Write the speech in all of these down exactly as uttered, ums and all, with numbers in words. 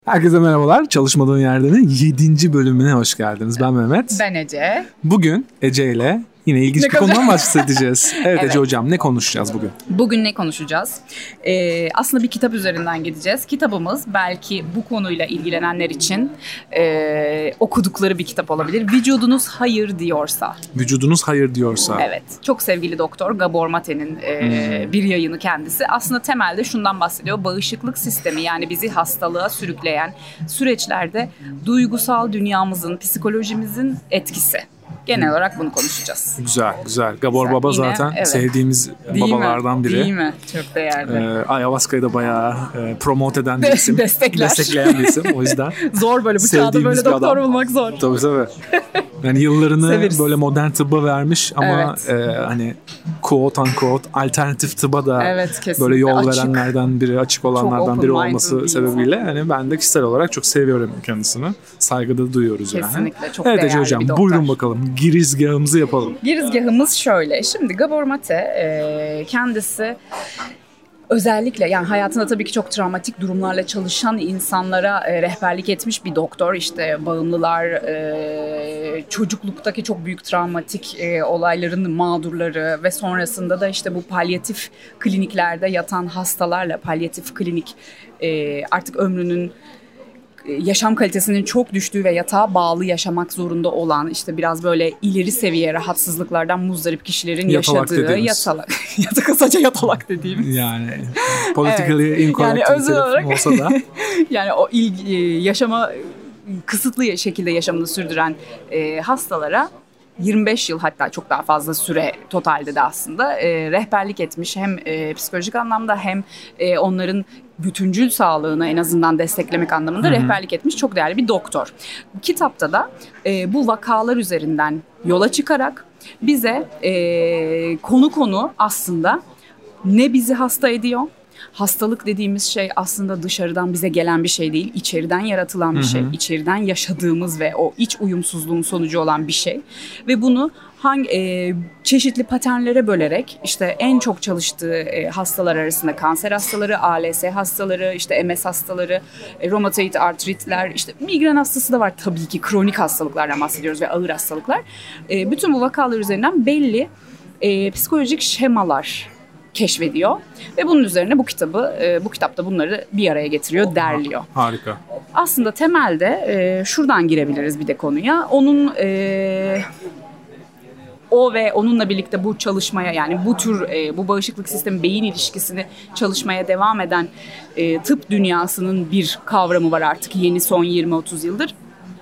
Herkese merhabalar. Çalışmadığın Yerden'in yedinci bölümüne hoş geldiniz. Ben Mehmet. Ben Ece. Bugün Ece ile yine ilginç ne bir konudan bahsedeceğiz. Evet, evet Ece hocam, ne konuşacağız bugün? Bugün ne konuşacağız? Ee, aslında bir kitap üzerinden gideceğiz. Kitabımız belki bu konuyla ilgilenenler için e, okudukları bir kitap olabilir. Vücudunuz hayır diyorsa. Vücudunuz hayır diyorsa. Evet. Çok sevgili doktor Gabor Mate'nin e, hmm. bir yayını kendisi. Aslında temelde şundan bahsediyor. Bağışıklık sistemi, yani bizi hastalığa sürükleyen süreçlerde duygusal dünyamızın, psikolojimizin etkisi. Genel olarak bunu konuşacağız. Güzel, güzel. Gabor güzel. Baba Yine, zaten evet. sevdiğimiz Değil babalardan mi? biri. Değil mi? Çok değerli. Ee, Ayahuasca'yı da bayağı e, promote eden bir isim. Destekler. Destekleyen bir isim. O yüzden zor böyle bu çağda böyle doktor bulmak zor. Tabii tabii. Yani yıllarını Severiz. böyle modern tıbba vermiş ama evet. e, hani quote unquote alternatif tıbba da evet, böyle yol açık. verenlerden biri, açık olanlardan biri olması sebebiyle hani ben de kişisel olarak çok seviyorum kendisini. Saygıda duyuyoruz Kesinlikle, yani. Kesinlikle çok evet, değerli hocam, bir doktor. Buyurun bakalım. Girizgahımızı yapalım. Girizgahımız şöyle. Şimdi Gabor Mate e, kendisi özellikle yani hayatında tabii ki çok travmatik durumlarla çalışan insanlara e, rehberlik etmiş bir doktor. İşte bağımlılar, e, çocukluktaki çok büyük travmatik e, olayların mağdurları ve sonrasında da işte bu palyatif kliniklerde yatan hastalarla palyatif klinik e, artık ömrünün yaşam kalitesinin çok düştüğü ve yatağa bağlı yaşamak zorunda olan işte biraz böyle ileri seviye rahatsızlıklardan muzdarip kişilerin yatalak yaşadığı yatalak. Yatak kısaca yatalak dediğimiz. Yani politically evet. incorrect yani özel olarak, olsa da. yani o ilgi, yaşama kısıtlı şekilde yaşamını sürdüren e, hastalara yirmi beş yıl hatta çok daha fazla süre totalde de aslında e, rehberlik etmiş. Hem e, psikolojik anlamda hem e, onların bütüncül sağlığını en azından desteklemek anlamında Hı-hı. rehberlik etmiş çok değerli bir doktor. Kitapta da e, bu vakalar üzerinden yola çıkarak bize e, konu konu aslında ne bizi hasta ediyor? Hastalık dediğimiz şey aslında dışarıdan bize gelen bir şey değil, içeriden yaratılan bir Hı-hı. şey, içeriden yaşadığımız ve o iç uyumsuzluğun sonucu olan bir şey. Ve bunu hangi e, çeşitli paternlere bölerek işte en çok çalıştığı e, hastalar arasında kanser hastaları, A L S hastaları, işte M S hastaları, e, romatoid artritler, işte migren hastası da var tabii ki, kronik hastalıklardan bahsediyoruz ve ağır hastalıklar. E, bütün bu vakalar üzerinden belli e, psikolojik şemalar keşfediyor ve bunun üzerine bu kitabı, bu kitapta bunları bir araya getiriyor, derliyor. Harika. Aslında temelde e, şuradan girebiliriz bir de konuya. Onun e, o ve onunla birlikte bu çalışmaya, yani bu tür e, bu bağışıklık sistemi beyin ilişkisini çalışmaya devam eden e, tıp dünyasının bir kavramı var artık yeni son yirmi otuz yıldır.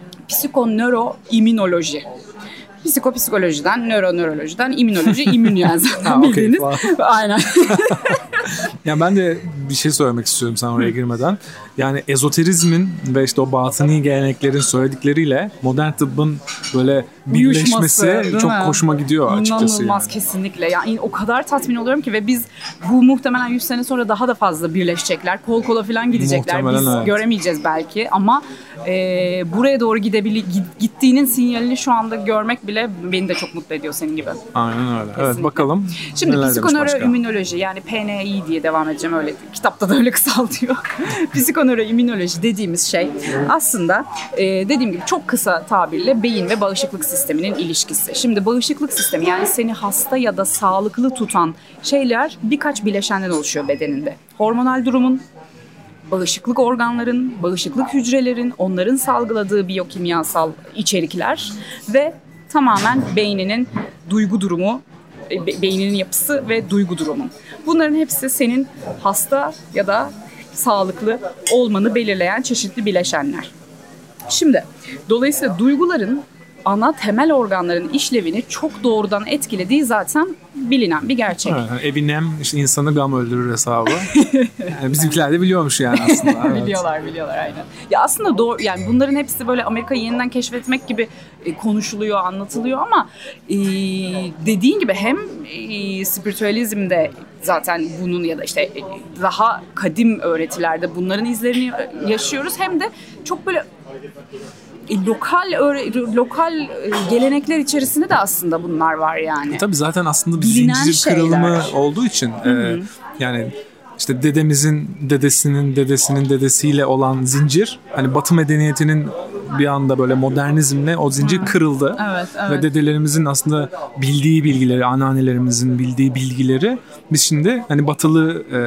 Psikonöroimmünoloji. Psikopsikolojiden, nöronörolojiden, immünoloji, immün yani zaten bildiğiniz. Okay, wow. Aynen. Yani ben de bir şey söylemek istiyorum sen oraya girmeden. Yani ezoterizmin ve işte o batıni geleneklerin söyledikleriyle modern tıbbın böyle birleşmesi çok mi? hoşuma gidiyor açıkçası. İnanılmaz yani. Kesinlikle. Yani o kadar tatmin oluyorum ki ve biz bu muhtemelen yüz sene sonra daha da fazla birleşecekler. Kol kola falan gidecekler. Muhtemelen biz evet. göremeyeceğiz belki ama e, buraya doğru gidebilir, gittiğinin sinyalini şu anda görmek bile beni de çok mutlu ediyor senin gibi. Aynen öyle. Kesinlikle. Evet, bakalım. Şimdi psikonöroimmünoloji, yani P N I diye devam edeceğim, öyle kitapta da öyle kısaltıyor. Psikonöroimmünoloji dediğimiz şey aslında e, dediğim gibi çok kısa tabirle beyin ve bağışıklık sisteminin ilişkisi. Şimdi bağışıklık sistemi, yani seni hasta ya da sağlıklı tutan şeyler birkaç bileşenden oluşuyor bedeninde. Hormonal durumun, bağışıklık organların, bağışıklık hücrelerin, onların salgıladığı biyokimyasal içerikler ve tamamen beyninin duygu durumu, be- beyninin yapısı ve duygu durumu. Bunların hepsi senin hasta ya da sağlıklı olmanı belirleyen çeşitli bileşenler. Şimdi dolayısıyla duyguların ana temel organların işlevini çok doğrudan etkilediği zaten bilinen bir gerçek. Evet, yani Eminem işte insanı gam öldürür hesabı. Yani bizimkiler de biliyormuş yani aslında. Evet. biliyorlar, biliyorlar aynen. Ya aslında doğru, yani bunların hepsi böyle Amerika'yı yeniden keşfetmek gibi e, konuşuluyor, anlatılıyor ama e, dediğin gibi hem e, spiritüalizmde zaten bunun ya da işte e, daha kadim öğretilerde bunların izlerini yaşıyoruz, hem de çok böyle lokal lokal gelenekler içerisinde de aslında bunlar var yani. E tabii zaten aslında bir zincir kırılımı olduğu için e, yani işte dedemizin dedesinin dedesinin dedesiyle olan zincir, hani Batı medeniyetinin bir anda böyle modernizmle o zincir kırıldı. Evet, evet. Ve dedelerimizin aslında bildiği bilgileri, anneannelerimizin bildiği bilgileri biz şimdi hani batılı e,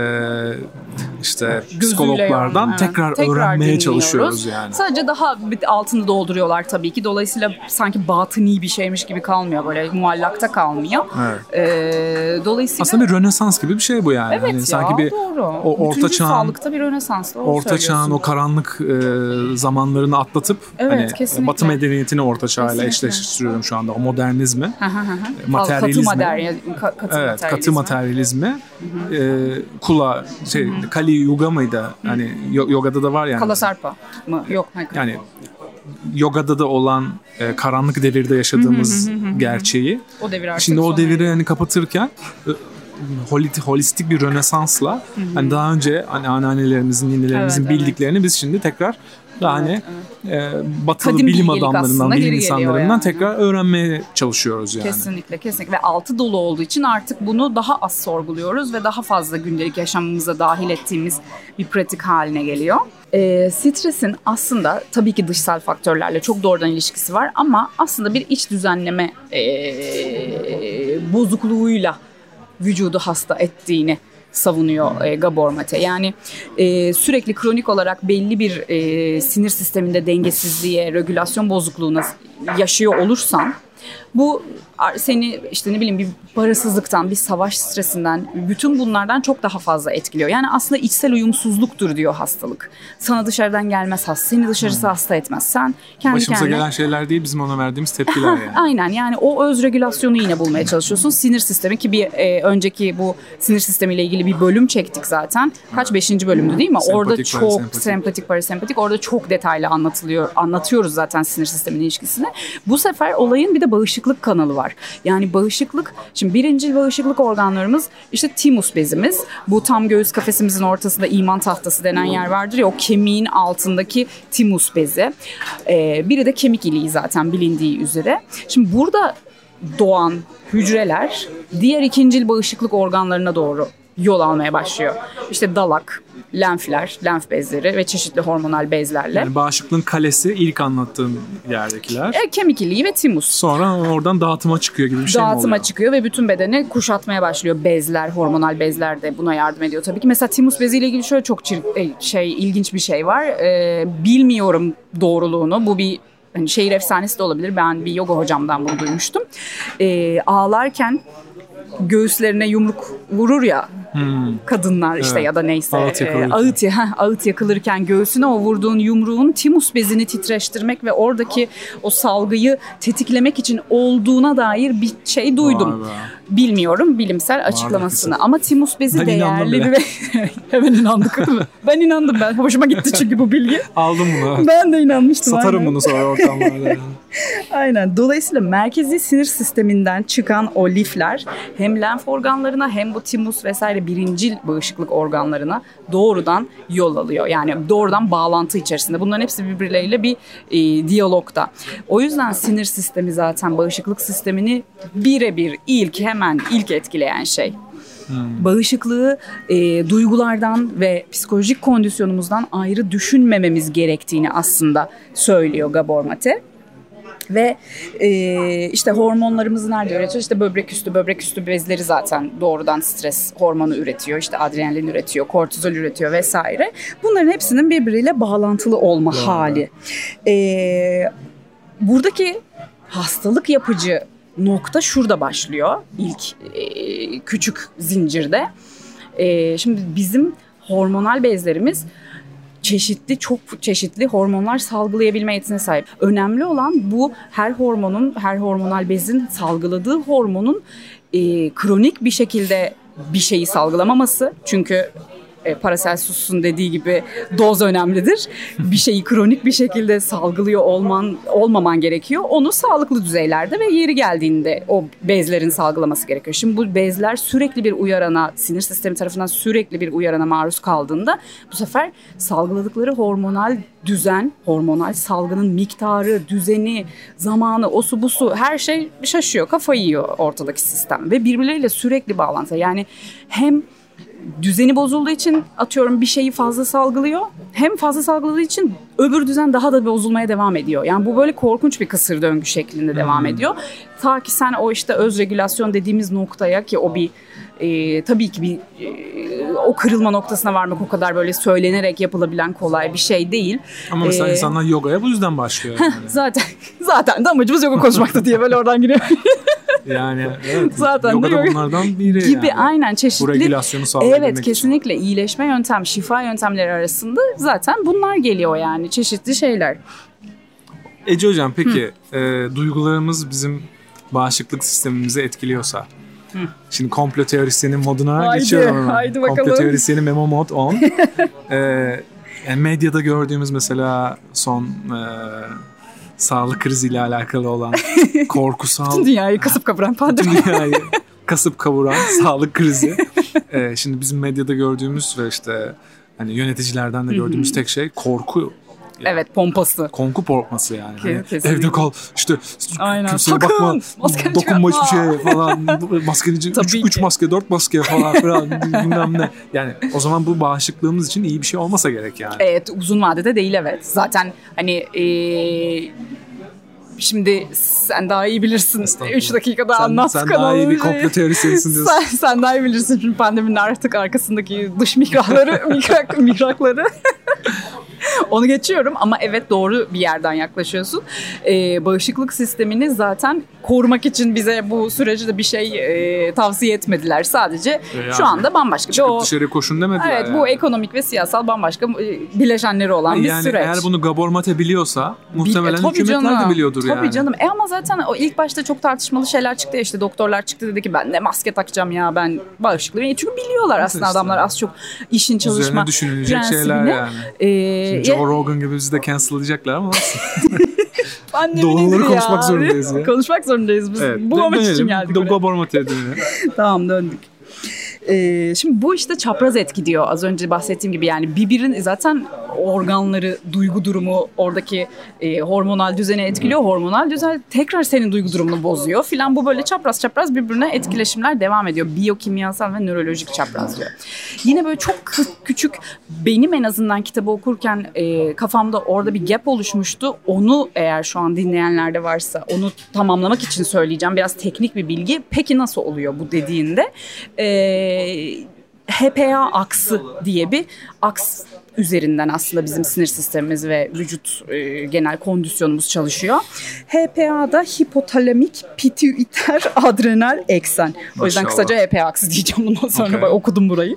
işte psikologlardan evet. tekrar, tekrar öğrenmeye dinliyoruz. Çalışıyoruz yani. Sadece daha altını dolduruyorlar tabii ki. Dolayısıyla sanki batıni bir şeymiş gibi kalmıyor, böyle muallakta kalmıyor. Evet. E, dolayısıyla aslında bir Rönesans gibi bir şey bu yani. Evet hani ya, sanki bir doğru. O orta çağın sağlıkta bir Rönesans. Orta çağın o karanlık e, zamanlarını atlatıp evet, hani Batı medeniyetini orta çağıyla eşleştiriyorum şu anda. O modernizmi, materyalizmi. Katı, materyal, katı evet, materyalizmi. Katı materyalizmi. E, Kula, şey, Hı-hı. Kali Yuga mıydı? Hani yogada da var yani. Kalasarpa mı? Yok. Hayır. Yani yogada da olan e, karanlık devirde yaşadığımız hı hı hı hı. gerçeği. O devir artık şimdi o deviri yani kapatırken holistik bir Rönesans'la hı hı. hani daha önce hani anneannelerimizin, ninelerimizin evet, bildiklerini evet. biz şimdi tekrar yani evet, evet. E, batılı Kadim bilim adamlarından, bilim insanlarından yani. tekrar öğrenmeye çalışıyoruz yani. Kesinlikle, kesinlikle. Ve altı dolu olduğu için artık bunu daha az sorguluyoruz ve daha fazla gündelik yaşamımıza dahil ettiğimiz bir pratik haline geliyor. E, stresin aslında tabii ki dışsal faktörlerle çok doğrudan ilişkisi var ama aslında bir iç düzenleme e, bozukluğuyla vücudu hasta ettiğini savunuyor e, Gabor Mate. Yani e, sürekli kronik olarak belli bir e, sinir sisteminde dengesizliğe, regülasyon bozukluğuna yaşıyor olursan bu seni işte ne bileyim bir parasızlıktan, bir savaş stresinden, bütün bunlardan çok daha fazla etkiliyor. Yani aslında içsel uyumsuzluktur diyor hastalık. Sana dışarıdan gelmez hasta, seni dışarısı hmm. hasta etmez. Sen kendi Başımıza kendine... gelen şeyler değil, bizim ona verdiğimiz tepkiler yani. Aynen, yani o öz regülasyonu yine bulmaya çalışıyorsun. Sinir sistemi ki bir e, önceki bu sinir sistemiyle ilgili bir bölüm çektik zaten. Kaç evet. beşinci bölümdü değil mi? Sempatik, orada çok parasempatik. sempatik, parasempatik. Orada çok detaylı anlatılıyor. Anlatıyoruz zaten sinir sisteminin ilişkisini. Bu sefer olayın bir de bağışıklık kanalı var. Yani bağışıklık, şimdi birincil bağışıklık organlarımız işte timus bezimiz. Bu tam göğüs kafesimizin ortasında iman tahtası denen yer vardır ya, o kemiğin altındaki timus bezi. Ee, biri de kemik iliği zaten bilindiği üzere. Şimdi burada doğan hücreler diğer ikincil bağışıklık organlarına doğru yol almaya başlıyor. İşte dalak, lenfler, lenf bezleri ve çeşitli hormonal bezlerle. Yani bağışıklığın kalesi ilk anlattığın yerdekiler. E, kemik iliği ve timus. Sonra oradan dağıtıma çıkıyor gibi bir şey dağıtıma mi oluyor? Dağıtıma çıkıyor ve bütün bedeni kuşatmaya başlıyor. Bezler, hormonal bezler de buna yardım ediyor tabii ki. Mesela timus beziyle ilgili şöyle çok çir- şey ilginç bir şey var. Ee, bilmiyorum doğruluğunu. Bu bir hani şehir efsanesi de olabilir. Ben bir yoga hocamdan bunu duymuştum. Ee, ağlarken göğüslerine yumruk vurur ya hmm. kadınlar işte evet. ya da neyse ağıt, e, ağıt, ağıt yakılırken göğsüne o vurduğun yumruğun timus bezini titreştirmek ve oradaki o salgıyı tetiklemek için olduğuna dair bir şey duydum. Bilmiyorum bilimsel açıklamasını ama timus bezi ben değerli bir hemen inandık değil mi? Ben inandım, ben hoşuma gitti çünkü bu bilgi. Aldım bunu. Ben de inanmıştım. Satarım aynen. bunu sonra ortamlarda. Aynen. Dolayısıyla merkezi sinir sisteminden çıkan o lifler hem lenf organlarına hem bu timus vesaire birincil bağışıklık organlarına doğrudan yol alıyor. Yani doğrudan bağlantı içerisinde. Bunların hepsi birbirleriyle bir e, diyalogda. O yüzden sinir sistemi zaten bağışıklık sistemini birebir ilk hemen ilk etkileyen şey. Hmm. Bağışıklığı e, duygulardan ve psikolojik kondisyonumuzdan ayrı düşünmememiz gerektiğini aslında söylüyor Gabor Mate. Ve e, işte hormonlarımızı nerede üretiyor? İşte böbrek üstü, böbrek üstü bezleri zaten doğrudan stres hormonu üretiyor. İşte adrenalin üretiyor, kortizol üretiyor vesaire. Bunların hepsinin birbiriyle bağlantılı olma Doğru. hali. E, buradaki hastalık yapıcı nokta şurada başlıyor. İlk e, küçük zincirde. E, şimdi bizim hormonal bezlerimiz çeşitli, çok çeşitli hormonlar salgılayabilme yetisine sahip. Önemli olan bu her hormonun, her hormonal bezin salgıladığı hormonun e, kronik bir şekilde bir şeyi salgılamaması. Çünkü e, Paracelsus'un dediği gibi doz önemlidir. Bir şeyi kronik bir şekilde salgılıyor olman olmaman gerekiyor. Onu sağlıklı düzeylerde ve yeri geldiğinde o bezlerin salgılaması gerekiyor. Şimdi bu bezler sürekli bir uyarana, sinir sistemi tarafından sürekli bir uyarana maruz kaldığında bu sefer salgıladıkları hormonal düzen, hormonal salgının miktarı, düzeni, zamanı, osu busu her şey şaşıyor, kafayı yiyor ortadaki sistem ve birbirleriyle sürekli bağlantı. Yani hem düzeni bozulduğu için atıyorum bir şeyi fazla salgılıyor. Hem fazla salgıladığı için öbür düzen daha da bozulmaya devam ediyor. Yani bu böyle korkunç bir kısır döngü şeklinde devam hmm. ediyor. Ta ki sen o işte öz regülasyon dediğimiz noktaya, ki o bir e, tabii ki bir e, o kırılma noktasına varmak o kadar böyle söylenerek yapılabilen kolay bir şey değil. Ama mesela ee, insanlar yogaya bu yüzden başlıyor. Yani. zaten zaten de amacımız yoga konuşmaktı diye böyle oradan giriyor. Yani evet, zaten yoga da bunlardan biri gibi yani. Aynen çeşitli. Bu regülasyonu sağlayabilmek Evet kesinlikle için. iyileşme yöntem, şifa yöntemleri arasında zaten bunlar geliyor yani çeşitli şeyler. Ece hocam peki e, duygularımız bizim bağışıklık sistemimizi etkiliyorsa, Hı. şimdi komplo teorisyenin moduna haydi, geçiyorum. Haydi bakalım. Komplo teorisyenin memo mod on. e, yani medyada gördüğümüz mesela son e, sağlık kriziyle alakalı olan korkusal... Tüm dünyayı kasıp kavuran pandemi. Tüm dünyayı kasıp kavuran sağlık krizi. Ee, şimdi bizim medyada gördüğümüz ve işte hani yöneticilerden de gördüğümüz tek şey korku. Yani. Evet, pompası. Korku pompası yani. Hani evde kal işte Aynen. kimseye bakma, dokunma hiçbir şeye falan. Maskeci, üç, üç maske, dört maske falan falan bilmem ne. Yani o zaman bu bağışıklığımız için iyi bir şey olmasa gerek yani. Evet, uzun vadede değil evet. Zaten hani ee, şimdi sen daha iyi bilirsin. üç dakikada sen, anlat sen kanalı. Sen daha iyi bir komplo teorisyenisin diyorsun. sen, sen daha iyi bilirsin çünkü pandeminin artık arkasındaki dış mihrakları, mihrak, mihrakları. Onu geçiyorum ama evet doğru bir yerden yaklaşıyorsun. Ee, bağışıklık sistemini zaten korumak için bize bu süreci bir şey e, tavsiye etmediler. Sadece yani, şu anda bambaşka. Çıkıp o, dışarı koşun demediler. Evet yani. Bu ekonomik ve siyasal bambaşka e, bileşenleri olan yani bir süreç. Yani eğer bunu Gabor Mate biliyorsa muhtemelen Bil, hükümetler canım, de biliyordur tabii yani. Tabii canım. E ama zaten o ilk başta çok tartışmalı şeyler çıktı. İşte doktorlar çıktı dedi ki ben ne maske takacağım ya ben bağışıklıyım. Çünkü biliyorlar aslında işte. Adamlar az çok işin çalışma üzerine düşünülecek prensibini. Şeyler yani. Ee, Şimdi Joe Rogan gibi bizi de cancel'layacaklar ama nasıl? Doğruları konuşmak zorundayız ya. Konuşmak zorundayız biz. Evet, bu amaç için geldik buraya. Gabor Mate'ye dönelim. Tamam döndük. Ee, şimdi bu işte çapraz etki diyor. Az önce bahsettiğim gibi yani birbirin zaten organları, duygu durumu, oradaki e, hormonal düzeni etkiliyor. Hormonal düzen tekrar senin duygu durumunu bozuyor filan. Bu böyle çapraz çapraz birbirine etkileşimler devam ediyor. Biyokimyasal ve nörolojik çapraz diyor. Yine böyle çok küçük, benim en azından kitabı okurken e, kafamda orada bir gap oluşmuştu. Onu eğer şu an dinleyenlerde varsa onu tamamlamak için söyleyeceğim. Biraz teknik bir bilgi. Peki nasıl oluyor bu dediğinde? Eee H P A aksı diye bir aks üzerinden aslında bizim sinir sistemimiz ve vücut e, genel kondisyonumuz çalışıyor. H P A'da hipotalamik pituiter adrenal eksen. Maşallah. O yüzden kısaca H P A aksı diyeceğim bundan sonra. Okay. Bak, okudum burayı.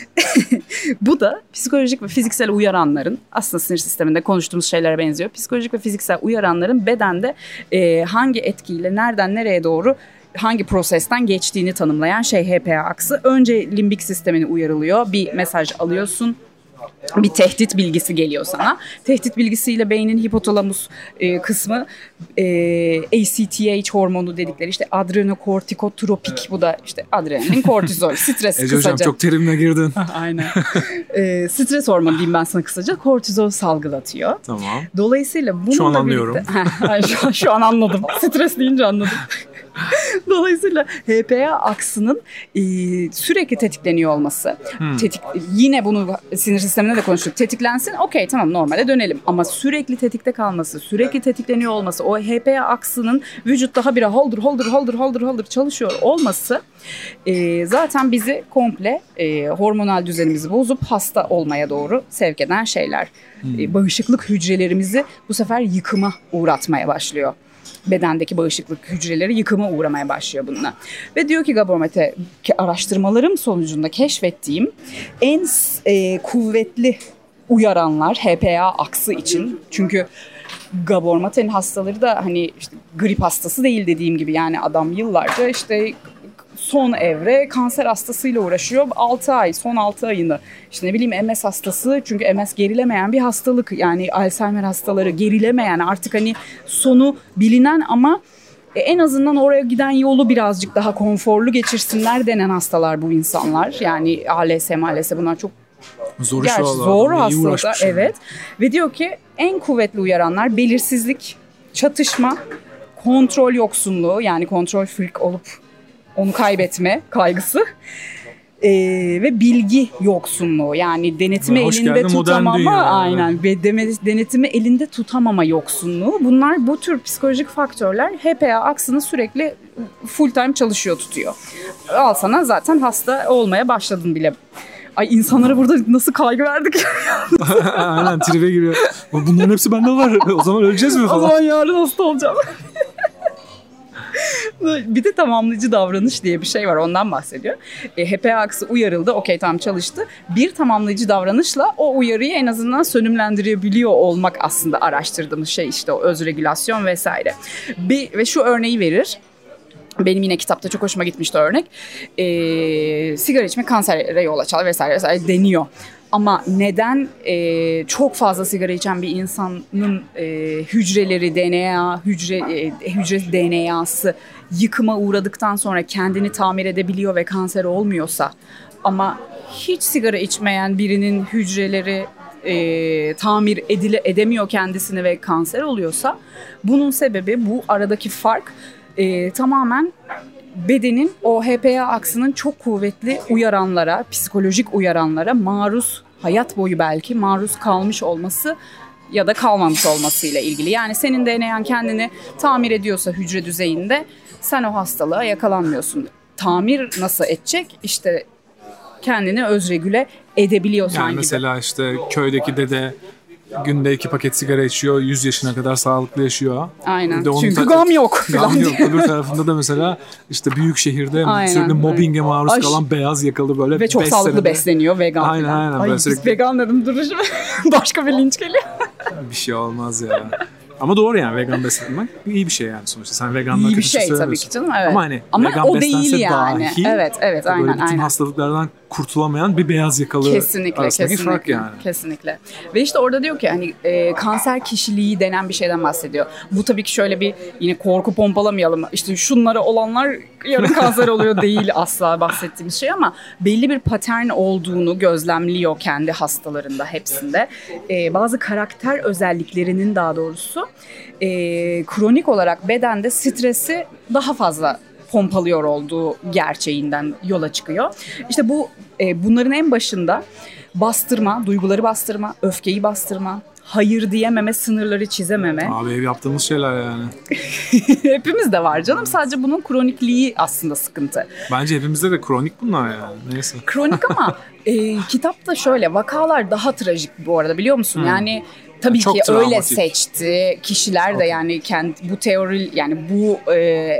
Bu da psikolojik ve fiziksel uyaranların, aslında sinir sisteminde konuştuğumuz şeylere benziyor. Psikolojik ve fiziksel uyaranların bedende e, hangi etkiyle nereden nereye doğru hangi prosesten geçtiğini tanımlayan şey H P A aksı. Önce limbik sistemini uyarılıyor. Bir mesaj alıyorsun. Bir tehdit bilgisi geliyor sana. Tehdit bilgisiyle beynin hipotalamus e, kısmı e, A C T H hormonu dedikleri işte adrenokortikotropik, bu da işte adrenalin, kortizol, stres Ece kısaca. Hocam çok terimle girdin. Aynen. e, stres hormonu diyeyim ben sana kısaca. Kortizol salgılatıyor. Tamam. Dolayısıyla bununla şu an anlıyorum. Birlikte, şu, an, şu an anladım. Stres deyince anladım. Dolayısıyla H P A aksının e, sürekli tetikleniyor olması. Hmm. Tetik, yine bunu sinir sisteminde de konuştuk. Tetiklensin, okey tamam, normale dönelim. Ama sürekli tetikte kalması, sürekli tetikleniyor olması, o H P A aksının vücutta habire holder holder holder holder holder çalışıyor olması e, zaten bizi komple e, hormonal düzenimizi bozup hasta olmaya doğru sevk eden şeyler. Hmm. E, bağışıklık hücrelerimizi bu sefer yıkıma uğratmaya başlıyor. Bedendeki bağışıklık hücreleri yıkıma uğramaya başlıyor bununla. Ve diyor ki Gabor Mate, araştırmalarım sonucunda keşfettiğim en e, kuvvetli uyaranlar H P A aksı için. Çünkü Gabor Mate'nin hastaları da hani işte grip hastası değil dediğim gibi, yani adam yıllarca işte son evre kanser hastasıyla uğraşıyor. altı ay, son altı ayını işte ne bileyim M S hastası, çünkü M S gerilemeyen bir hastalık. Yani Alzheimer hastaları gerilemeyen, artık hani sonu bilinen ama en azından oraya giden yolu birazcık daha konforlu geçirsinler denen hastalar bu insanlar. Yani A L S, M A L S bunlar çok zor, gerçi zor hastalıklar. Evet. Ve diyor ki en kuvvetli uyaranlar belirsizlik, çatışma, kontrol yoksunluğu, yani kontrol freak olup onu kaybetme kaygısı, Ee, ve bilgi yoksunluğu, yani denetimi ve elinde tutamama, aynen ve denetimi elinde tutamama yoksunluğu. Bunlar, bu tür psikolojik faktörler H P A aksını sürekli full time çalışıyor tutuyor. Al sana zaten hasta olmaya başladın bile. Ay, insanlara burada nasıl kaygı verdik. Aynen, tribe giriyor. Bunların hepsi bende var. O zaman öleceğiz mi falan? O zaman yarın hasta olacağım. Bir de tamamlayıcı davranış diye bir şey var, ondan bahsediyor. E, H P A aksı uyarıldı, okey tamam çalıştı. Bir tamamlayıcı davranışla o uyarıyı en azından sönümlendirebiliyor olmak aslında araştırdığımız şey, işte o öz regülasyon vesaire. Bir, ve şu örneği verir. Benim yine kitapta çok hoşuma gitmişti örnek. E, sigara içmek kansere yol açar vesaire vesaire deniyor. Ama neden e, çok fazla sigara içen bir insanın e, hücreleri, D N A, hücre e, hücre D N A'sı yıkıma uğradıktan sonra kendini tamir edebiliyor ve kanser olmuyorsa, ama hiç sigara içmeyen birinin hücreleri e, tamir edile, edemiyor kendisini ve kanser oluyorsa, bunun sebebi, bu aradaki fark e, tamamen bedenin o H P A aksının çok kuvvetli uyaranlara, psikolojik uyaranlara maruz, hayat boyu belki maruz kalmış olması ya da kalmamış olmasıyla ilgili. Yani senin D N A'n kendini tamir ediyorsa hücre düzeyinde, sen o hastalığa yakalanmıyorsun. Tamir nasıl edecek? İşte kendini özregüle edebiliyorsan yani gibi. Mesela işte köydeki dede günde iki paket sigara içiyor, yüz yaşına kadar sağlıklı yaşıyor. Aynen. Çünkü ta- gam yok. Gam yok. Öbür tarafında da mesela işte büyük şehirde aynen, sürekli mobbinge maruz Ay, kalan beyaz yakalı böyle. Ve çok sağlıklı senede besleniyor, vegan. Aynen falan. Aynen. Ay biz sürekli... vegan dedim, dur başka bir linç geliyor. Bir şey olmaz ya. Ama doğru yani, vegan beslenmek iyi bir şey yani sonuçta. Sen veganlığa iyi bir şey tabii ki canım, evet. Ama hani ama vegan o değil yani. Dahi, evet evet aynen böyle bütün aynen. hastalıklardan kurtulamayan bir beyaz yakalı kesinlikle, arasındaki kesinlikle, fark yani. Kesinlikle. Ve işte orada diyor ki hani e, kanser kişiliği denen bir şeyden bahsediyor. Bu tabii ki şöyle bir, yine korku pompalamayalım. İşte şunlara olanlar yarın kanser oluyor değil asla bahsettiğimiz şey, ama belli bir patern olduğunu gözlemliyor kendi hastalarında hepsinde. E, bazı karakter özelliklerinin, daha doğrusu e, kronik olarak bedende stresi daha fazla pompalıyor olduğu gerçeğinden yola çıkıyor. İşte bu e, bunların en başında bastırma, duyguları bastırma, öfkeyi bastırma, hayır diyememe, sınırları çizememe. Abi ev yaptığımız şeyler yani. Hepimiz de var canım. Sadece bunun kronikliği aslında sıkıntı. Bence hepimizde de kronik bunlar yani. Neyse. Kronik ama e, kitapta şöyle vakalar daha trajik bu arada, biliyor musun? Hmm. Yani tabii çok ki travmatik. Öyle seçti kişiler çok. De yani kendi bu teori, yani bu e,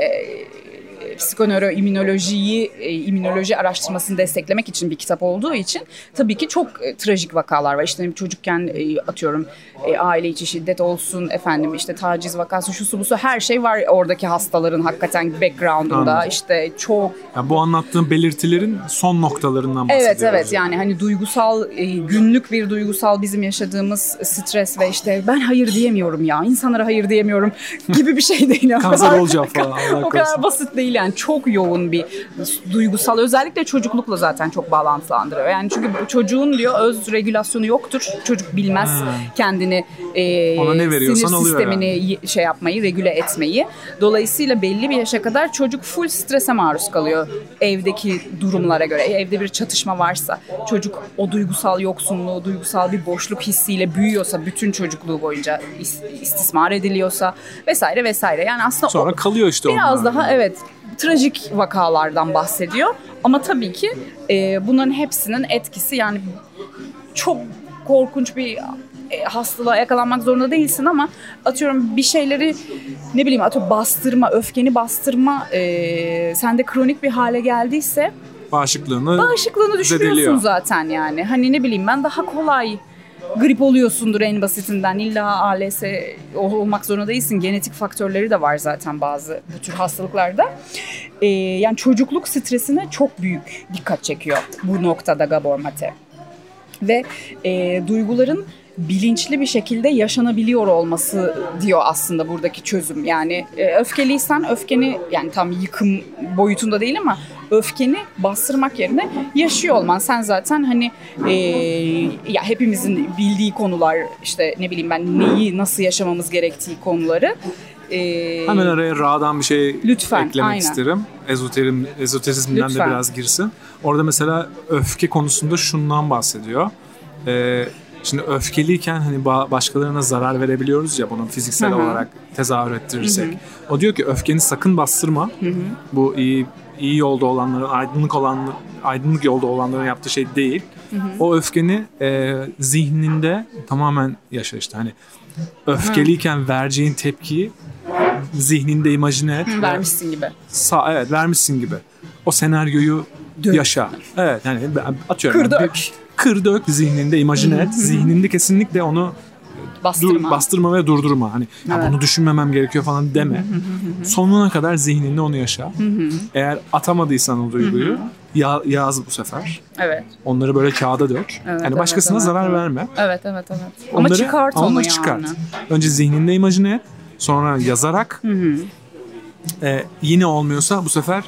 psikonöroimmünolojiyi, e, immünoloji araştırmasını desteklemek için bir kitap olduğu için tabii ki çok e, trajik vakalar var. İşte çocukken e, atıyorum e, aile içi şiddet olsun, efendim işte taciz vakası, şusu busu, her şey var oradaki hastaların hakikaten background'unda. Anladım. İşte çok. Yani bu anlattığım belirtilerin son noktalarından bahsediyoruz. Evet evet yani hani duygusal, e, günlük bir duygusal bizim yaşadığımız stres ve işte ben hayır diyemiyorum ya, insanlara hayır diyemiyorum gibi bir şey değil. Kanser olacak falan. O kadar basit değil yani, çok yoğun bir duygusal, özellikle çocuklukla zaten çok bağlantılandırıyor. Yani çünkü çocuğun diyor öz regülasyonu yoktur. Çocuk bilmez hmm. kendini e, ona ne veriyorsan sinir sistemini yani. şey yapmayı, regüle etmeyi. Dolayısıyla belli bir yaşa kadar çocuk full strese maruz kalıyor evdeki durumlara göre. Evde bir çatışma varsa, çocuk o duygusal yoksunluğu, duygusal bir boşluk hissiyle büyüyorsa, bütün çocukluğu boyunca istismar ediliyorsa vesaire vesaire. Yani aslında sonra o, kalıyor işte biraz onlar. daha evet trajik vakalardan bahsediyor. Ama tabii ki e, bunların hepsinin etkisi, yani çok korkunç bir e, hastalığa yakalanmak zorunda değilsin ama atıyorum bir şeyleri, ne bileyim atıyorum bastırma, öfkeni bastırma e, sende kronik bir hale geldiyse bağışıklığını, bağışıklığını düşürüyorsun zaten yani. Hani ne bileyim ben, daha kolay grip oluyorsundur en basitinden. İlla A L S olmak zorunda değilsin. Genetik faktörleri de var zaten bazı bu tür hastalıklarda. Ee, yani çocukluk stresine çok büyük dikkat çekiyor bu noktada Gabor Mate. Ve e, duyguların bilinçli bir şekilde yaşanabiliyor olması diyor aslında buradaki çözüm. Yani e, öfkeliysen öfkeni, yani tam yıkım boyutunda değil ama öfkeni bastırmak yerine yaşıyor olman. Sen zaten hani e, ya hepimizin bildiği konular, işte ne bileyim ben neyi nasıl yaşamamız gerektiği konuları Ee, Hemen araya Ra'dan bir şey lütfen, eklemek aynen. isterim. Ezoterim, ezoterizmden lütfen. de biraz girsin. Orada mesela öfke konusunda şundan bahsediyor. Ee, şimdi öfkeliyken hani başkalarına zarar verebiliyoruz ya, bunu fiziksel Hı-hı. olarak tezahür ettirirsek. Hı-hı. O diyor ki öfkeni sakın bastırma. Hı-hı. Bu iyi iyi yolda olanların, aydınlık olan aydınlık yolda olanların yaptığı şey değil. Hı hı. O öfkeni e, zihninde tamamen yaşa işte. Hani öfkeliyken hı. vereceğin tepkiyi zihninde imajine et. Hı, vermişsin gibi. Sağ, evet, vermişsin gibi. O senaryoyu Dök. yaşa. Evet, yani atıyorum. Kır dök. Bir, kır dök zihninde imajine et. Zihninde kesinlikle onu Bastırma. Dur, bastırma ve durdurma. Hani evet. bunu düşünmemem gerekiyor falan deme. Sonuna kadar zihninde onu yaşa. Eğer atamadıysan o duyguyu ya, yaz bu sefer. Evet. Onları böyle kağıda dök. Evet, yani başkasına evet, zarar evet. verme. Evet evet evet. Onları, ama çıkart onu yani. Çıkart. Önce zihninde imajine et. Sonra yazarak. Hı hı. E, yine olmuyorsa bu sefer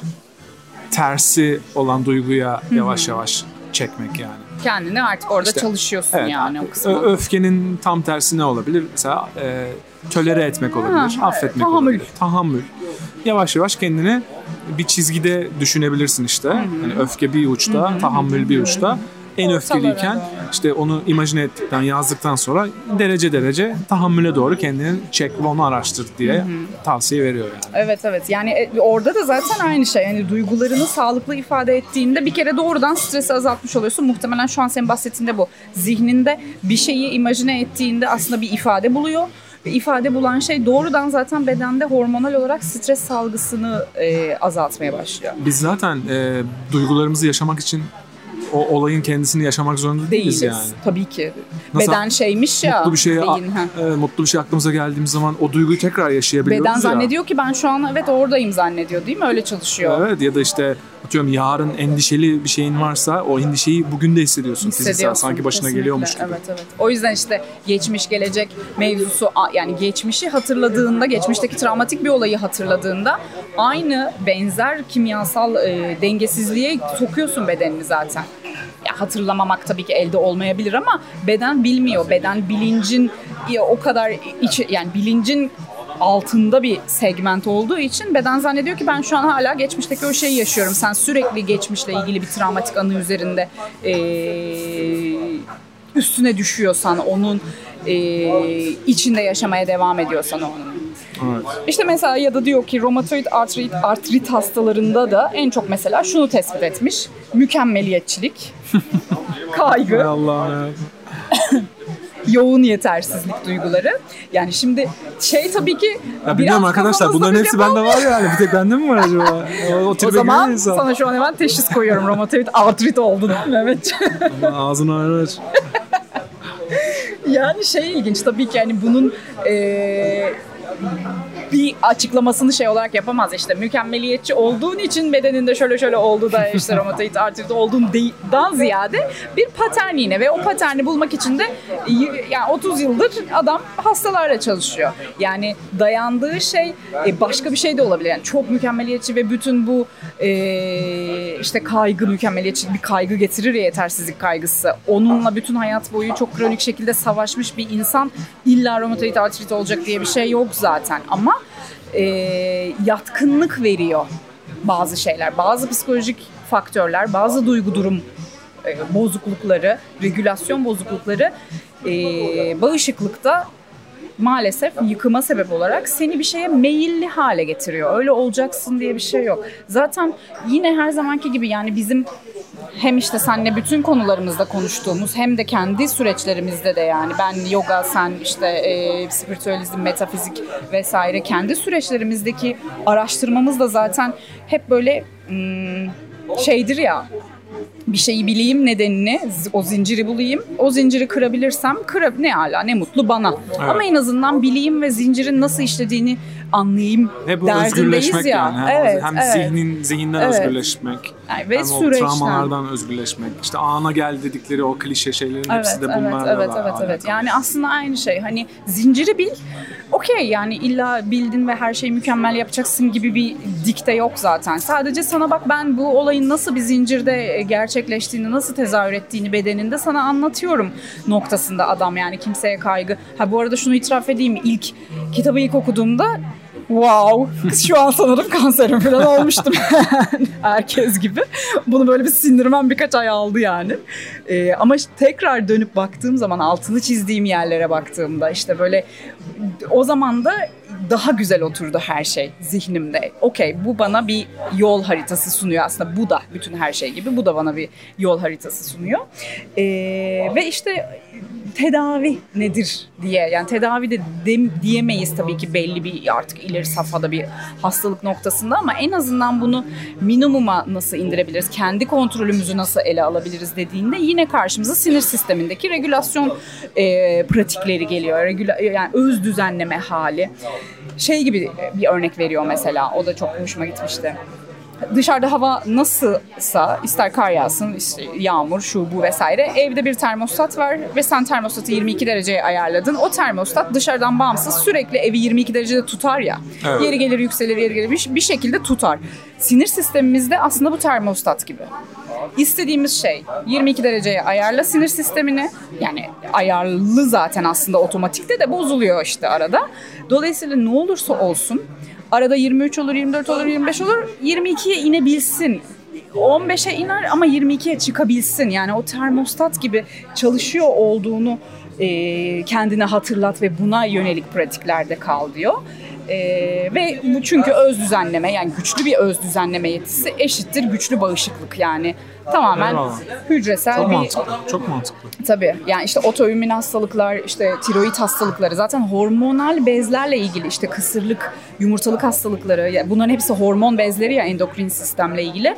tersi olan duyguya hı hı. yavaş yavaş çekmek yani. Kendini artık orada işte, çalışıyorsun evet, yani o kısmı. Öfkenin tam tersi ne olabilir? Mesela e, tölere etmek olabilir, ha, affetmek tahammül. olabilir. Tahammül. Yavaş yavaş kendini bir çizgide düşünebilirsin işte. Hı-hı. Hani öfke bir uçta, Hı-hı. tahammül bir uçta. En öfkeliyken işte onu imajine ettikten, yazdıktan sonra derece derece tahammüle doğru kendini çek ve onu araştır diye Hı-hı. tavsiye veriyor yani. Evet evet, yani orada da zaten aynı şey. Yani duygularını sağlıklı ifade ettiğinde bir kere doğrudan stresi azaltmış oluyorsun. Muhtemelen şu an senin bahsettiğinde bu. Zihninde bir şeyi imajine ettiğinde aslında bir ifade buluyor. Ve ifade bulan şey doğrudan zaten bedende hormonal olarak stres salgısını e, azaltmaya başlıyor. Biz zaten e, duygularımızı yaşamak için o olayın kendisini yaşamak zorunda değiliz, değiliz yani. Tabii ki. Nasıl beden şeymiş ya. Mutlu bir şey, e, mutlu bir şey aklımıza geldiğimiz zaman o duyguyu tekrar yaşayabiliyoruz beden ya. zannediyor ki ben şu an evet oradayım zannediyor, değil mi? Öyle çalışıyor. Evet, ya da işte atıyorum yarın endişeli bir şeyin varsa o endişeyi bugün de hissediyorsun. Fiziksel, sanki başına kesinlikle. Geliyormuş gibi. Evet evet. O yüzden işte geçmiş gelecek mevzusu, yani geçmişi hatırladığında, geçmişteki travmatik bir olayı hatırladığında aynı benzer kimyasal e, dengesizliğe sokuyorsun bedenini zaten. Ya hatırlamamak tabii ki elde olmayabilir ama beden bilmiyor. Beden bilincin o kadar içi, yani bilincin altında bir segment olduğu için beden zannediyor ki ben şu an hala geçmişteki o şeyi yaşıyorum. Sen sürekli geçmişle ilgili bir travmatik anı üzerinde ee, üstüne düşüyorsan, onun ee, içinde yaşamaya devam ediyorsan onun. Evet. İşte mesela ya da diyor ki romatoid artrit, artrit hastalarında da en çok mesela şunu tespit etmiş. Mükemmeliyetçilik, kaygı, Allah'ım. yoğun yetersizlik duyguları. Yani şimdi şey tabii ki ya biliyorum arkadaşlar, bunların hepsi bende var yani. Bir tek bende mi var acaba? O, o, o zaman sana şu an hemen teşhis koyuyorum. Romatoid artrit oldun Mehmetciğim. Ağzını aç. Yani şey ilginç tabii ki, yani bunun ee, bir açıklamasını şey olarak yapamaz. İşte mükemmeliyetçi olduğun için bedeninde şöyle şöyle oldu da işte romatoid artrit olduğundan ziyade bir patern yine ve o paterni bulmak için de yani otuz yıldır adam hastalarla çalışıyor. Yani dayandığı şey başka bir şey de olabilir. Yani çok mükemmeliyetçi ve bütün bu e, işte kaygı, mükemmeliyetçi bir kaygı getirir ya, yetersizlik kaygısı. Onunla bütün hayat boyu çok kronik şekilde savaşmış bir insan illa romatoid artrit olacak diye bir şey yok zaten. Ama e, yatkınlık veriyor bazı şeyler, bazı psikolojik faktörler, bazı duygu durum e, bozuklukları, regülasyon bozuklukları e, bağışıklıkta maalesef yıkıma sebep olarak seni bir şeye meyilli hale getiriyor. Öyle olacaksın diye bir şey yok. Zaten yine her zamanki gibi yani bizim hem işte seninle bütün konularımızda konuştuğumuz hem de kendi süreçlerimizde de, yani ben yoga, sen işte e, spiritüalizm, metafizik vesaire, kendi süreçlerimizdeki araştırmamız da zaten hep böyle hmm, şeydir ya, bir şeyi bileyim, nedenini, o zinciri bulayım. O zinciri kırabilirsem kıra, ne ala, ne mutlu bana. Evet. Ama en azından bileyim ve zincirin nasıl işlediğini anlayayım derdindeyiz ya. Yani. Evet, hem evet. zihnin zihinden evet. özgürleşmek, yani ve hem süreçten. o travmalardan özgürleşmek. İşte ana gel dedikleri o klişe şeylerin evet, hepsi de bunlarla evet, evet, evet, evet. Yani aslında aynı şey. Hani zinciri bil. Okey, yani illa bildin ve her şeyi mükemmel yapacaksın gibi bir dikte yok zaten. Sadece sana bak, ben bu olayın nasıl bir zincirde gerçekleştiğini, nasıl tezahür ettiğini bedeninde sana anlatıyorum noktasında adam, yani kimseye kaygı. Ha bu arada şunu itiraf edeyim, ilk kitabı ilk okuduğumda wow, şu an sanırım kanserim falan olmuştum. Herkes gibi. Bunu böyle bir sindirmem birkaç ay aldı yani. Ee, ama işte tekrar dönüp baktığım zaman, altını çizdiğim yerlere baktığımda işte böyle o zaman da daha güzel oturdu her şey zihnimde. Okey, bu bana bir yol haritası sunuyor aslında. Bu da bütün her şey gibi. Bu da bana bir yol haritası sunuyor. Ee, ve işte tedavi nedir diye, yani tedavi de dem, diyemeyiz tabii ki belli bir artık ileri safhada bir hastalık noktasında, ama en azından bunu minimuma nasıl indirebiliriz, kendi kontrolümüzü nasıl ele alabiliriz dediğinde yine karşımıza sinir sistemindeki regülasyon e, pratikleri geliyor. Regüla, yani öz düzenleme hali. Şey gibi bir örnek veriyor mesela, o da çok hoşuma gitmişti. Dışarıda hava nasılsa, ister kar yağsın, işte yağmur, şu bu vesaire, evde bir termostat var ve sen termostatı yirmi iki dereceye ayarladın. O termostat dışarıdan bağımsız sürekli evi yirmi iki derecede tutar ya. Evet. Yeri gelir yükselir, yeri gelir bir, bir şekilde tutar. Sinir sistemimizde aslında bu termostat gibi. İstediğimiz şey yirmi iki dereceye ayarla sinir sistemini. Yani ayarlı zaten aslında, otomatikte de bozuluyor işte arada. Dolayısıyla ne olursa olsun arada yirmi üç olur, yirmi dört olur, yirmi beş olur, yirmi ikiye inebilsin. on beşe iner ama yirmi ikiye çıkabilsin. Yani o termostat gibi çalışıyor olduğunu e, kendine hatırlat ve buna yönelik pratiklerde kal diyor. Ee, ve bu çünkü öz düzenleme, yani güçlü bir öz düzenleme yetisi eşittir güçlü bağışıklık, yani tamamen eyvallah, hücresel çok bir... Mantıklı, çok mantıklı. Tabii, yani işte otoimmün hastalıklar, işte tiroid hastalıkları, zaten hormonal bezlerle ilgili, işte kısırlık, yumurtalık hastalıkları, yani bunların hepsi hormon bezleri ya, endokrin sistemle ilgili.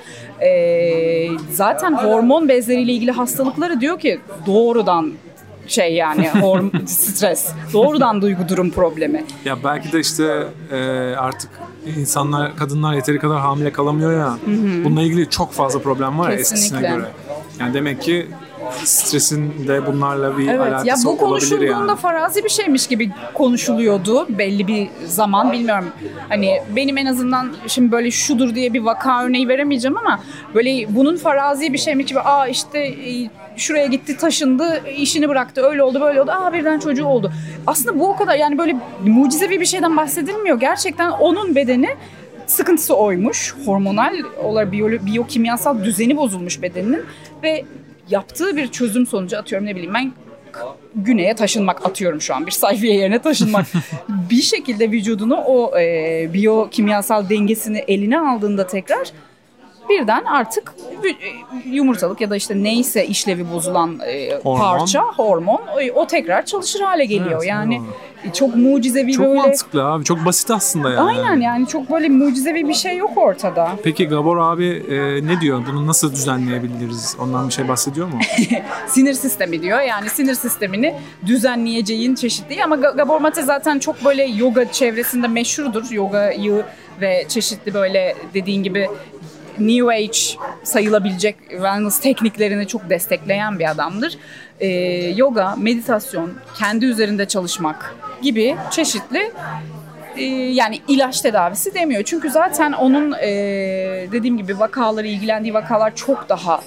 Ee, zaten hormon bezleriyle ilgili hastalıkları diyor ki doğrudan şey, yani horm- stres, doğrudan duygu durum problemi. Ya belki de işte e, artık insanlar, kadınlar yeteri kadar hamile kalamıyor ya. Hı hı. Bununla ilgili çok fazla problem var ya eskisine göre. Yani demek ki stresin de bunlarla bir evet, alakası olabilir yani. Bu konuşulduğunda farazi bir şeymiş gibi konuşuluyordu belli bir zaman, bilmiyorum. Hani benim en azından şimdi böyle şudur diye bir vaka örneği veremeyeceğim ama böyle bunun farazi bir şeymiş gibi, aa işte şuraya gitti, taşındı, işini bıraktı, öyle oldu, böyle oldu, aa birden çocuğu oldu. Aslında bu o kadar, yani böyle mucizevi bir şeyden bahsedilmiyor. Gerçekten onun bedeni sıkıntısı oymuş. Hormonal olarak biyo, biyokimyasal düzeni bozulmuş bedeninin ve yaptığı bir çözüm sonucu, atıyorum ne bileyim ben, güneye taşınmak, atıyorum şu an bir sayfiye yerine taşınmak. Bir şekilde vücudunu o e, biyokimyasal dengesini eline aldığında tekrar birden artık yumurtalık ya da işte neyse işlevi bozulan e, hormon. parça, hormon o, o tekrar çalışır hale geliyor. Evet, yani evet. Çok mucizevi çok böyle. Çok mantıklı abi. Çok basit aslında yani. Aynen, yani çok böyle mucizevi bir şey yok ortada. Peki Gabor abi e, ne diyor? Bunu nasıl düzenleyebiliriz? Ondan bir şey bahsediyor mu? Sinir sistemi diyor. Yani sinir sistemini düzenleyeceğin çeşitli, ama Gabor Mate zaten çok böyle yoga çevresinde meşhurdur. Yogayı ve çeşitli böyle dediğin gibi New Age sayılabilecek wellness tekniklerini çok destekleyen bir adamdır. Ee, yoga, meditasyon, kendi üzerinde çalışmak gibi çeşitli e, yani ilaç tedavisi demiyor. Çünkü zaten onun e, dediğim gibi vakaları, ilgilendiği vakalar çok daha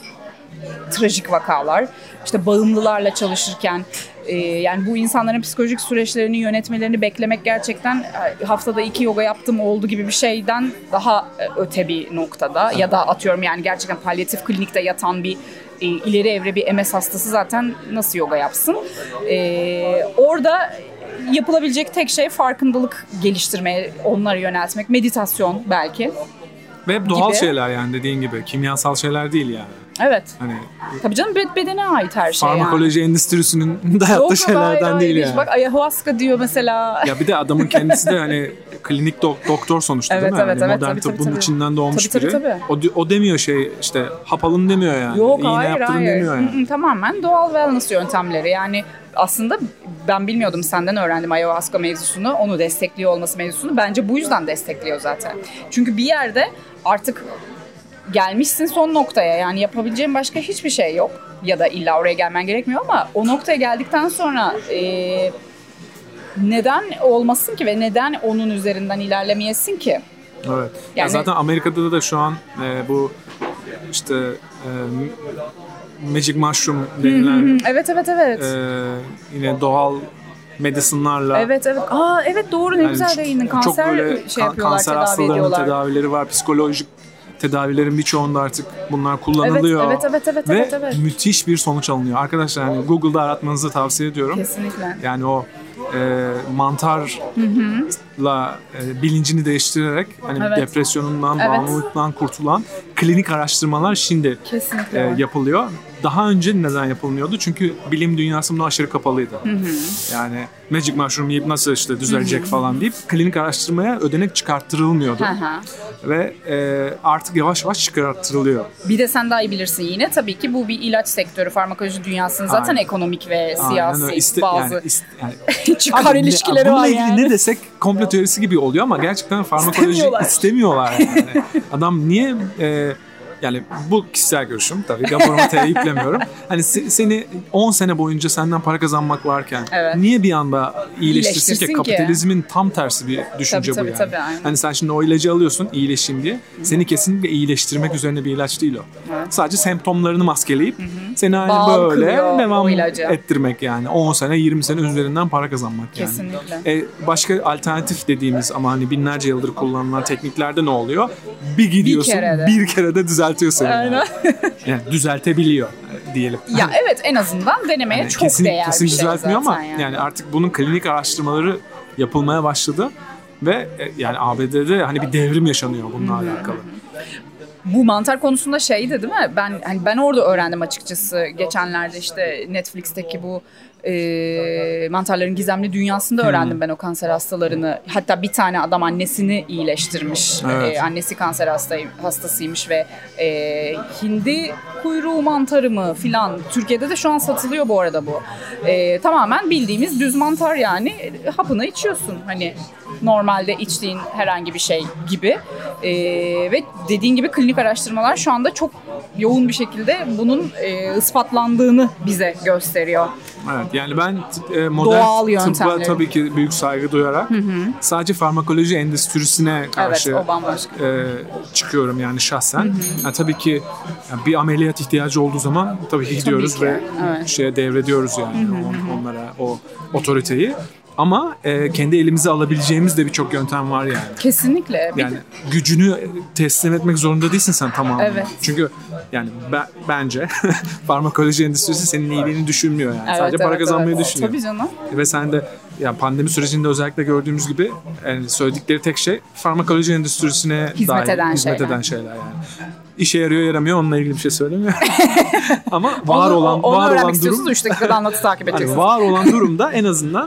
trajik vakalar. İşte bağımlılarla çalışırken e, yani bu insanların psikolojik süreçlerini yönetmelerini beklemek gerçekten e, haftada iki yoga yaptım oldu gibi bir şeyden daha e, öte bir noktada. Evet. Ya da atıyorum yani gerçekten palyatif klinikte yatan bir e, ileri evre bir M S hastası zaten nasıl yoga yapsın? E, orada yapılabilecek tek şey farkındalık geliştirmeye, onları yöneltmek, meditasyon belki. Ve doğal gibi şeyler, yani dediğin gibi kimyasal şeyler değil yani. Evet. Hani tabii canım, bedene ait her şey. Farmakoloji yani. Endüstrisinin dayattığı yok, şeylerden hayır, değil hayır. Yani. Bak ayahuasca diyor mesela. Ya bir de adamın kendisi de hani klinik do- doktor sonuçta evet, değil mi? Evet, yani evet. Modern tıbbın içinden doğmuş tabii, biri. Tabii, tabii. O, o demiyor şey işte hap alın demiyor yani. Yok, İğne hayır, yaptırın hayır. demiyor yani. Hı-hı, tamamen doğal wellness yöntemleri. Yani aslında ben bilmiyordum, senden öğrendim ayahuasca mevzusunu, onu destekliyor olması mevzusunu. Bence bu yüzden destekliyor zaten. Çünkü bir yerde artık gelmişsin son noktaya, yani yapabileceğin başka hiçbir şey yok. Ya da illa oraya gelmen gerekmiyor ama o noktaya geldikten sonra e, neden olmasın ki ve neden onun üzerinden ilerlemeyesin ki? Evet. Yani, ya zaten Amerika'da da şu an e, bu işte e, Magic Mushroom denilen evet evet evet. E, yine doğal medicine'larla. Evet evet. Aa evet doğru ne yani güzel değindin. Kanser şey yapıyorlar, kanser tedavi hastalarının ediyorlar. tedavileri var. Psikolojik tedavilerin birçoğunda artık bunlar kullanılıyor. Evet, evet, evet, evet, ve evet, evet. müthiş bir sonuç alınıyor. Arkadaşlar yani Google'da aratmanızı tavsiye ediyorum. Kesinlikle. Yani o e, mantarla e, bilincini değiştirerek hani evet. depresyonundan, evet. bağımlılıktan kurtulan klinik araştırmalar şimdi e, yapılıyor. Daha önce neden yapılmıyordu? Çünkü bilim dünyası buna aşırı kapalıydı. Hı hı. Yani magic mushroom yiyip nasıl işte düzelecek hı hı. falan deyip klinik araştırmaya ödenek çıkarttırılmıyordu. Hı hı. Ve e, artık yavaş yavaş çıkarttırılıyor. Bir de sen daha iyi bilirsin yine. Tabii ki bu bir ilaç sektörü, farmakoloji dünyasının zaten Aynen. ekonomik ve siyasi İste, bazı yani, iste, yani, çıkar ilişkileri ne, var yani. Bununla ilgili ne desek komplo teorisi gibi oluyor ama gerçekten farmakoloji istemiyorlar, istemiyorlar yani. Adam niye... E, Yani bu kişisel görüşüm tabii. Gabor Mate'ye yüklemiyorum. Hani seni on sene boyunca senden para kazanmak varken evet. niye bir anda iyileştirsin ki? Kapitalizmin tam tersi bir düşünce tabii, bu tabii, yani. Tabii, hani sen şimdi o ilacı alıyorsun iyileşeyim diye. Hı-hı. Seni kesinlikle iyileştirmek üzerine bir ilaç değil o. Evet. Sadece semptomlarını maskeleyip Hı-hı. seni hani Bağlı böyle devam ettirmek yani. on sene yirmi sene üzerinden para kazanmak yani. Kesinlikle. E, başka alternatif dediğimiz ama hani binlerce yıldır kullanılan tekniklerde ne oluyor? Bir gidiyorsun bir, bir kere de düzeltiyorsun. Yani. Yani düzeltebiliyor diyelim. Ya evet en azından denemeye yani çok kesin, değer kesin bir şey zaten. Kesin düzeltmiyor ama yani. yani artık bunun klinik araştırmaları yapılmaya başladı ve yani A B D'de hani bir devrim yaşanıyor bununla hmm. alakalı. Bu mantar konusunda şeydi değil mi? Ben hani ben orada öğrendim açıkçası. Geçenlerde işte Netflix'teki bu e, mantarların gizemli dünyasında öğrendim hmm. ben o kanser hastalarını. Hatta bir tane adam annesini iyileştirmiş. Evet. E, annesi kanser hastayı, hastasıymış ve e, hindi kuyruğu mantarı mı filan. Türkiye'de de şu an satılıyor bu arada bu. E, tamamen bildiğimiz düz mantar yani. Hapını içiyorsun hani normalde içtiğin herhangi bir şey gibi. E, ve dediğin gibi klinik araştırmalar şu anda çok yoğun bir şekilde bunun e, ispatlandığını bize gösteriyor. Evet yani ben e, modern tıbba tabii ki büyük saygı duyarak hı hı. sadece farmakoloji endüstrisine karşı evet, e, çıkıyorum yani şahsen. Hı hı. Yani tabii ki yani bir ameliyat ihtiyacı olduğu zaman tabii ki gidiyoruz tabii ki. ve evet. şeye devrediyoruz yani hı hı. On, onlara o otoriteyi. Ama e, kendi elimize alabileceğimiz de birçok yöntem var yani. Kesinlikle. Yani gücünü teslim etmek zorunda değilsin sen tamamen. Evet. Çünkü yani be, bence farmakoloji endüstrisi senin iyiliğini düşünmüyor yani. Evet, Sadece evet, para kazanmayı evet. düşünüyor. Tabii canım. Ve sen de yani pandemi sürecinde özellikle gördüğümüz gibi yani söyledikleri tek şey farmakoloji endüstrisine hizmet, dair, eden, hizmet şeyler. eden şeyler yani. İşe yarıyor yaramıyor onunla ilgili bir şey söylemiyor. Ama var onu, olan onu var olan durum üç dakikada anlatı takip edeceksiniz. Hani var olan durumda en azından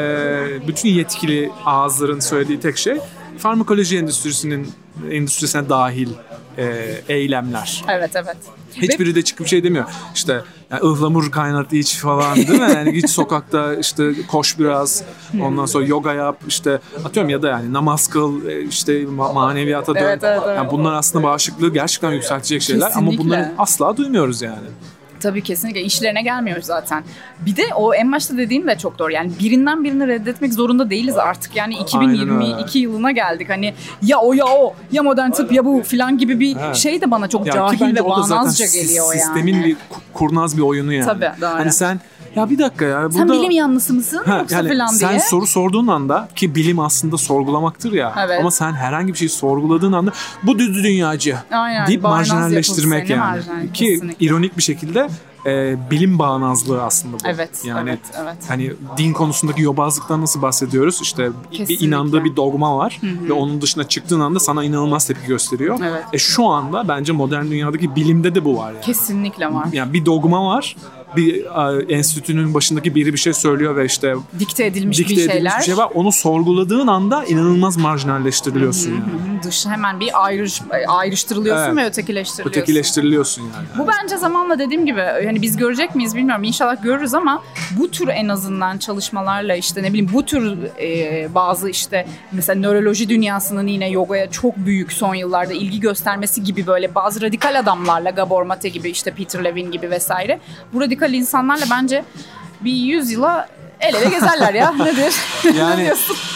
e, bütün yetkili ağızların söylediği tek şey farmakoloji endüstrisinin endüstrisine dahil e, eylemler. Evet evet. Hiçbiri de çıkıp şey demiyor. İşte yani ıhlamur kaynat iç falan değil mi? Yani git sokakta işte koş biraz. Ondan sonra yoga yap işte atıyorum ya da yani namaz kıl işte maneviyata dön. Evet, evet, evet. Yani bunlar aslında bağışıklığı gerçekten yükseltecek şeyler. Kesinlikle. Ama bunları asla duymuyoruz yani. Tabii kesinlikle işlerine gelmiyor zaten. Bir de o en başta dediğin de çok doğru. Yani birinden birini reddetmek zorunda değiliz artık. Yani iki bin yirmi iki yılına geldik. Hani ya o ya o ya modern tıp ya bu filan gibi bir evet. şey de bana çok ya cahil ve bağnazca geliyor yani. Sistemin bir kurnaz bir oyunu yani. Tabii doğru. Hani sen ya bir dakika ya. Sen burada, bilim yanlısı mısın ha, yoksa yani falan diye. Sen soru sorduğun anda ki bilim aslında sorgulamaktır ya. Evet. Ama sen herhangi bir şey sorguladığın anda bu düz dünyacı Aynen, deyip marjinalleştirmek yani. Marjinal, ki kesinlikle. ironik bir şekilde e, bilim bağnazlığı aslında bu. Evet. Yani evet, evet. hani din konusundaki yobazlıktan nasıl bahsediyoruz? İşte kesinlikle. bir inandığı bir dogma var Hı-hı. ve onun dışına çıktığın anda sana inanılmaz tepki gösteriyor. Evet. E şu anda bence modern dünyadaki bilimde de bu var yani. Kesinlikle var. Yani bir dogma var. Bir uh, enstitünün başındaki biri bir şey söylüyor ve işte dikte edilmiş dikte bir edilmiş şeyler. Bir şey var. Onu sorguladığın anda inanılmaz marjinalleştiriliyorsun hı hı, yani. Hı. Dış hemen bir ayrış, ayrıştırılıyorsun evet. ve ötekileştiriliyorsun. Ötekileştiriliyorsun yani. Bu bence zamanla dediğim gibi hani biz görecek miyiz bilmiyorum. İnşallah görürüz ama bu tür en azından çalışmalarla işte ne bileyim bu tür e, bazı işte mesela nöroloji dünyasının yine yogaya çok büyük son yıllarda ilgi göstermesi gibi böyle bazı radikal adamlarla Gabor Mate gibi işte Peter Levine gibi vesaire bu radikal insanlarla bence bir yüz yıla el ele gezerler ya nedir? Yani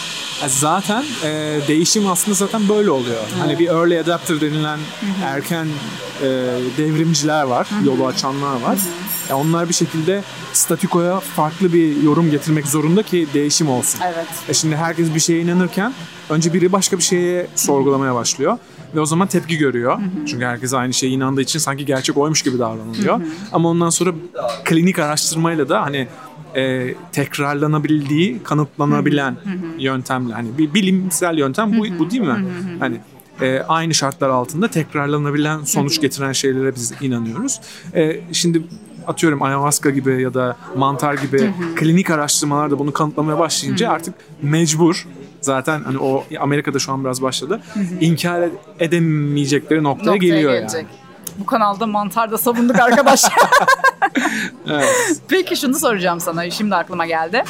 zaten e, değişim aslında zaten böyle oluyor. Hı. Hani bir early adapter denilen Hı-hı. erken e, devrimciler var, Hı-hı. yolu açanlar var. Hı-hı. Yani onlar bir şekilde statükoya farklı bir yorum getirmek zorunda ki değişim olsun. Evet. E şimdi herkes bir şeye inanırken önce biri başka bir şeye sorgulamaya başlıyor. Ve o zaman tepki görüyor. Hı hı. Çünkü herkes aynı şeye inandığı için sanki gerçek oymuş gibi davranılıyor. Hı hı. Ama ondan sonra klinik araştırmayla da hani e, tekrarlanabildiği, kanıtlanabilen hı hı. yöntemle, hani bir bilimsel yöntem bu, hı hı. bu değil mi? Hı hı. Hani e, aynı şartlar altında tekrarlanabilen sonuç hı hı. getiren şeylere biz inanıyoruz. E, şimdi atıyorum ayahuasca gibi ya da mantar gibi hı hı. klinik araştırmalarda bunu kanıtlamaya başlayınca hı hı. artık mecbur. Zaten hani o Amerika'da şu an biraz başladı. Hı hı. İnkar edemeyecekleri noktaya, noktaya geliyor gelecek. Yani. Bu kanalda mantar da savunduk arkadaşlar. Evet. Peki şunu soracağım sana. Şimdi aklıma geldi.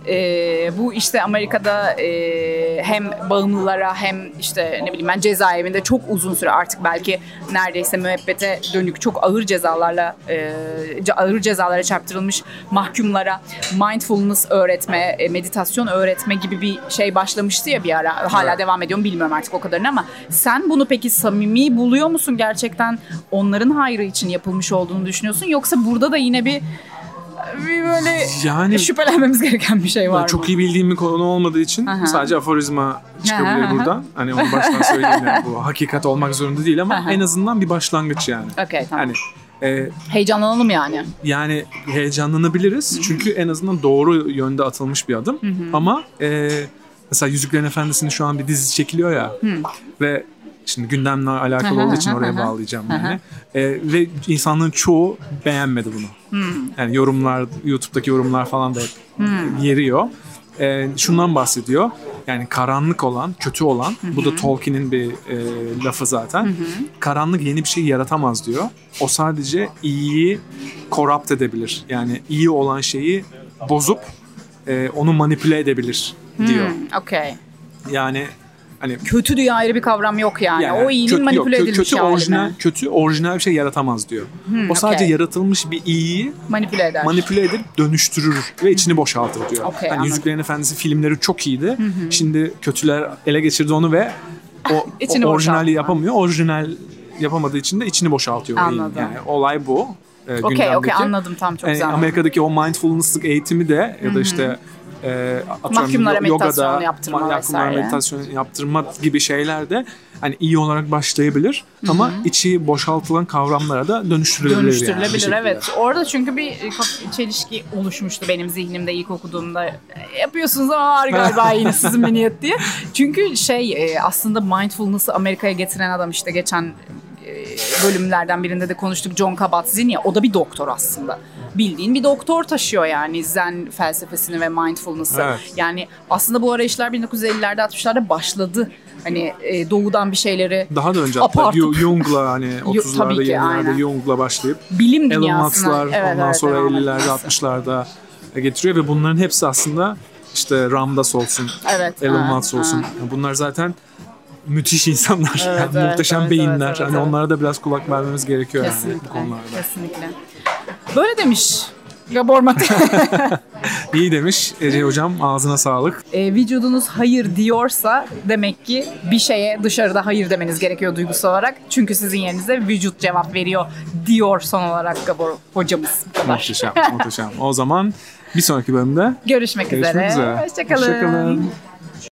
Ee, bu işte Amerika'da e, hem bağımlılara hem işte ne bileyim ben cezaevinde çok uzun süre artık belki neredeyse müebbete dönük çok ağır cezalarla e, ağır cezalara çarptırılmış mahkumlara mindfulness öğretme, e, meditasyon öğretme gibi bir şey başlamıştı ya bir ara. Hala evet. devam ediyor mu bilmiyorum artık o kadarını ama sen bunu peki samimi buluyor musun gerçekten? Onların hayrı için yapılmış olduğunu düşünüyorsun yoksa burada da yine bir bir böyle yani, şüphelenmemiz gereken bir şey var mı? Çok iyi bildiğim bir konu olmadığı için aha. sadece aforizma çıkabilir aha. buradan. Hani onu baştan söyleyeyim yani bu hakikat olmak zorunda değil ama aha. en azından bir başlangıç yani. Okay, tamam. Yani e, heyecanlanalım yani. Yani heyecanlanabiliriz Hı-hı. çünkü en azından doğru yönde atılmış bir adım. Hı-hı. Ama e, mesela Yüzüklerin Efendisi'nin şu an bir dizisi çekiliyor ya Hı. ve şimdi gündemle alakalı olduğu için oraya bağlayacağım yani. Ee, ve insanların çoğu beğenmedi bunu. Hmm. Yani yorumlar, YouTube'daki yorumlar falan da hep hmm. yeriyor. Ee, şundan bahsediyor. Yani karanlık olan, kötü olan, hı-hı. bu da Tolkien'in bir e, lafı zaten. Hı-hı. Karanlık yeni bir şey yaratamaz diyor. O sadece iyiyi corrupt edebilir. Yani iyi olan şeyi bozup e, onu manipüle edebilir diyor. Hmm. Okay. Yani hani kötü diye ayrı bir kavram yok yani. yani o iyinin kötü, manipüle yok, edilmiş kötü orijinal mi? Kötü orijinal bir şey yaratamaz diyor. Hmm, o sadece okay. yaratılmış bir iyiyi manipüle eder. Manipüle edip dönüştürür ve içini boşaltır diyor. Okay, yani Yüzüklerin Efendisi filmleri çok iyiydi. Hı hı. Şimdi kötüler ele geçirdi onu ve o, o orijinali yapamıyor. Orijinal yapamadığı için de içini boşaltıyor. Anladım. Yani olay bu. E, okey okey anladım tam çok güzel. Yani Amerika'daki o mindfulness'lık eğitimi de ya da işte E, mahkumlara meditasyon yaptırma mahkumlara vesaire. meditasyon yaptırma gibi şeyler de hani iyi olarak başlayabilir Hı-hı. ama içi boşaltılan kavramlara da dönüştürülebilir. Dönüştürülebilir yani, evet. Orada çünkü bir çelişki oluşmuştu benim zihnimde ilk okuduğumda. Yapıyorsunuz ama var galiba yine sizin bir niyet diye. Çünkü şey aslında mindfulness'ı Amerika'ya getiren adam işte geçen bölümlerden birinde de konuştuk John Kabat-Zinn ya o da bir doktor aslında. Bildiğin bir doktor taşıyor yani Zen felsefesini ve mindfulness'ı. Evet. Yani aslında bu arayışlar bin dokuz yüz ellilerde altmışlarda başladı. Hani e, doğudan bir şeyleri daha da önce hatta Jung'la hani otuzlarda yirmilerde Jung'la başlayıp bilim Elon dünyasına Musk'lar evet, ondan evet, sonra ellilerde altmışlarda getiriyor ve bunların hepsi aslında işte Ramdas olsun, evet, Elon Musk olsun. Ha. Bunlar zaten müthiş insanlar. Evet, yani evet, muhteşem evet, beyinler. Evet, evet, hani evet. Onlara da biraz kulak vermemiz gerekiyor kesinlikle, yani bu konularda. Kesinlikle. Böyle demiş Gabor Mate. İyi demiş Ece hocam, ağzına sağlık. E, vücudunuz hayır diyorsa demek ki bir şeye dışarıda hayır demeniz gerekiyor duygusal olarak. Çünkü sizin yerinize vücut cevap veriyor diyor son olarak Gabor hocamız. Muhteşem, muhteşem. O zaman bir sonraki bölümde görüşmek, görüşmek üzere. üzere. Hoşçakalın. Hoşçakalın.